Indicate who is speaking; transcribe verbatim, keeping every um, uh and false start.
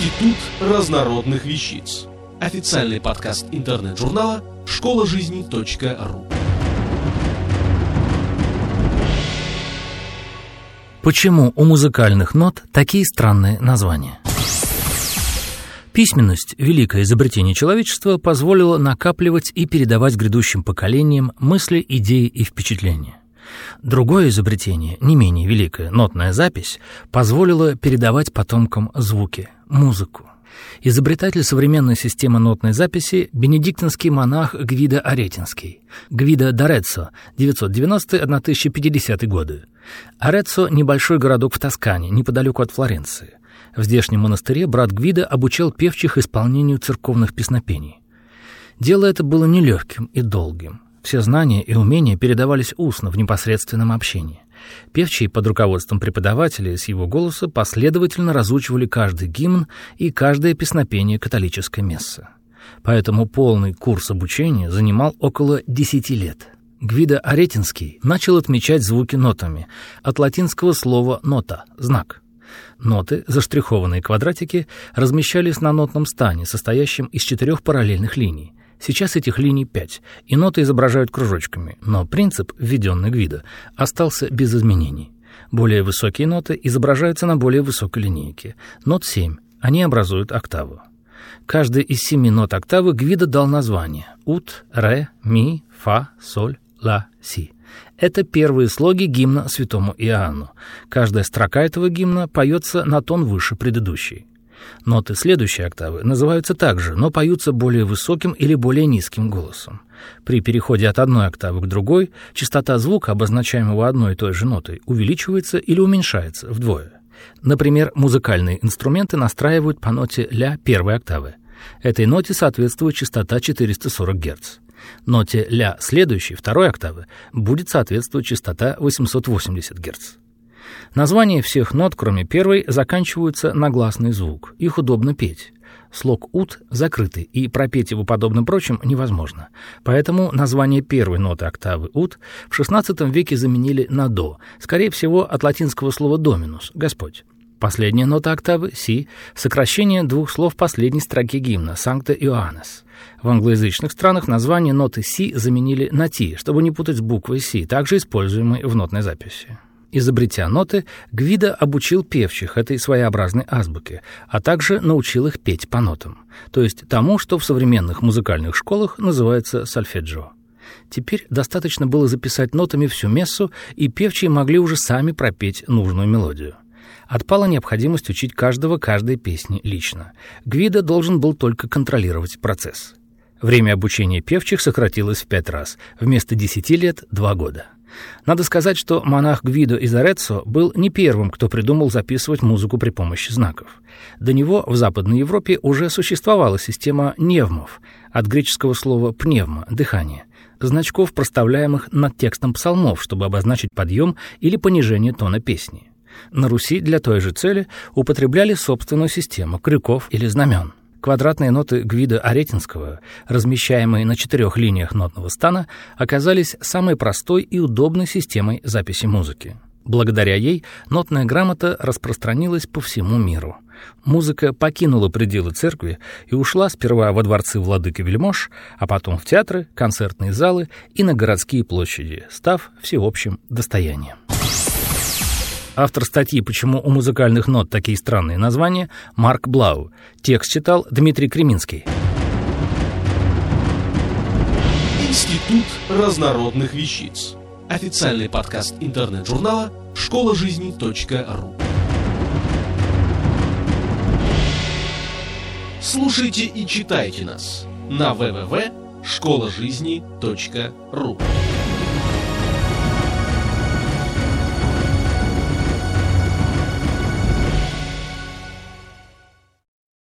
Speaker 1: Институт разнородных вещиц. Официальный подкаст интернет-журнала школа жизни точка ру.
Speaker 2: Почему у музыкальных нот такие странные названия? Письменность, великое изобретение человечества, позволила накапливать и передавать грядущим поколениям мысли, идеи и впечатления. Другое изобретение, не менее великое, нотная запись, позволила передавать потомкам звуки, музыку. Изобретатель современной системы нотной записи – бенедиктинский монах Гвидо Аретинский. Гвидо д'Ареццо, девятьсот девяностый — тысяча пятидесятый годы. Ареццо – небольшой городок в Тоскане, неподалеку от Флоренции. В здешнем монастыре брат Гвидо обучал певчих исполнению церковных песнопений. Дело это было нелегким и долгим. Все знания и умения передавались устно в непосредственном общении. Певчие под руководством преподавателя с его голоса последовательно разучивали каждый гимн и каждое песнопение католической мессы. Поэтому полный курс обучения занимал около десяти лет. Гвидо Аретинский начал отмечать звуки нотами, от латинского слова «нота» — «знак». Ноты, заштрихованные квадратики, размещались на нотном стане, состоящем из четырех параллельных линий. Сейчас этих линий пять, и ноты изображают кружочками, но принцип, введенный Гвидо, остался без изменений. Более высокие ноты изображаются на более высокой линейке. Нот семь, они образуют октаву. Каждой из семи нот октавы Гвидо дал название: ут, ре, ми, фа, соль, ла, си. Это первые слоги гимна святому Иоанну. Каждая строка этого гимна поется на тон выше предыдущей. Ноты следующей октавы называются также, но поются более высоким или более низким голосом. При переходе от одной октавы к другой частота звука, обозначаемого одной и той же нотой, увеличивается или уменьшается вдвое. Например, музыкальные инструменты настраивают по ноте ля первой октавы. Этой ноте соответствует частота четыреста сорок герц. Ноте ля следующей, второй октавы, будет соответствовать частота восемьсот восемьдесят герц. Названия всех нот, кроме первой, заканчиваются на гласный звук. Их удобно петь. Слог «ут» закрытый, и пропеть его, подобно прочим, невозможно. Поэтому название первой ноты октавы «ут» в шестнадцатом веке заменили на «до», скорее всего, от латинского слова «доминус» — «Господь». Последняя нота октавы «си» — сокращение двух слов последней строки гимна «Санкта Иоаннес». В англоязычных странах название ноты «си» заменили на «ти», чтобы не путать с буквой «си», также используемой в нотной записи. Изобретя ноты, Гвидо обучил певчих этой своеобразной азбуке, а также научил их петь по нотам, то есть тому, что в современных музыкальных школах называется сольфеджио. Теперь достаточно было записать нотами всю мессу, и певчие могли уже сами пропеть нужную мелодию. Отпала необходимость учить каждого каждой песни лично. Гвидо должен был только контролировать процесс. Время обучения певчих сократилось в пять раз, вместо десяти лет — два года. Надо сказать, что монах Гвидо из Ареццо был не первым, кто придумал записывать музыку при помощи знаков. До него в Западной Европе уже существовала система невмов, от греческого слова «пневма» — «дыхание», значков, проставляемых над текстом псалмов, чтобы обозначить подъем или понижение тона песни. На Руси для той же цели употребляли собственную систему крюков или знамен. Квадратные ноты Гвидо Аретинского, размещаемые на четырех линиях нотного стана, оказались самой простой и удобной системой записи музыки. Благодаря ей нотная грамота распространилась по всему миру. Музыка покинула пределы церкви и ушла сперва во дворцы владык-вельмож, а потом в театры, концертные залы и на городские площади, став всеобщим достоянием. Автор статьи «Почему у музыкальных нот такие странные названия» Марк Блау. Текст читал Дмитрий Креминский.
Speaker 1: Институт разнородных вещиц. Официальный подкаст интернет-журнала школа жизни точка ру. Слушайте и читайте нас на дабл ю дабл ю дабл ю точка школа жизни точка ру.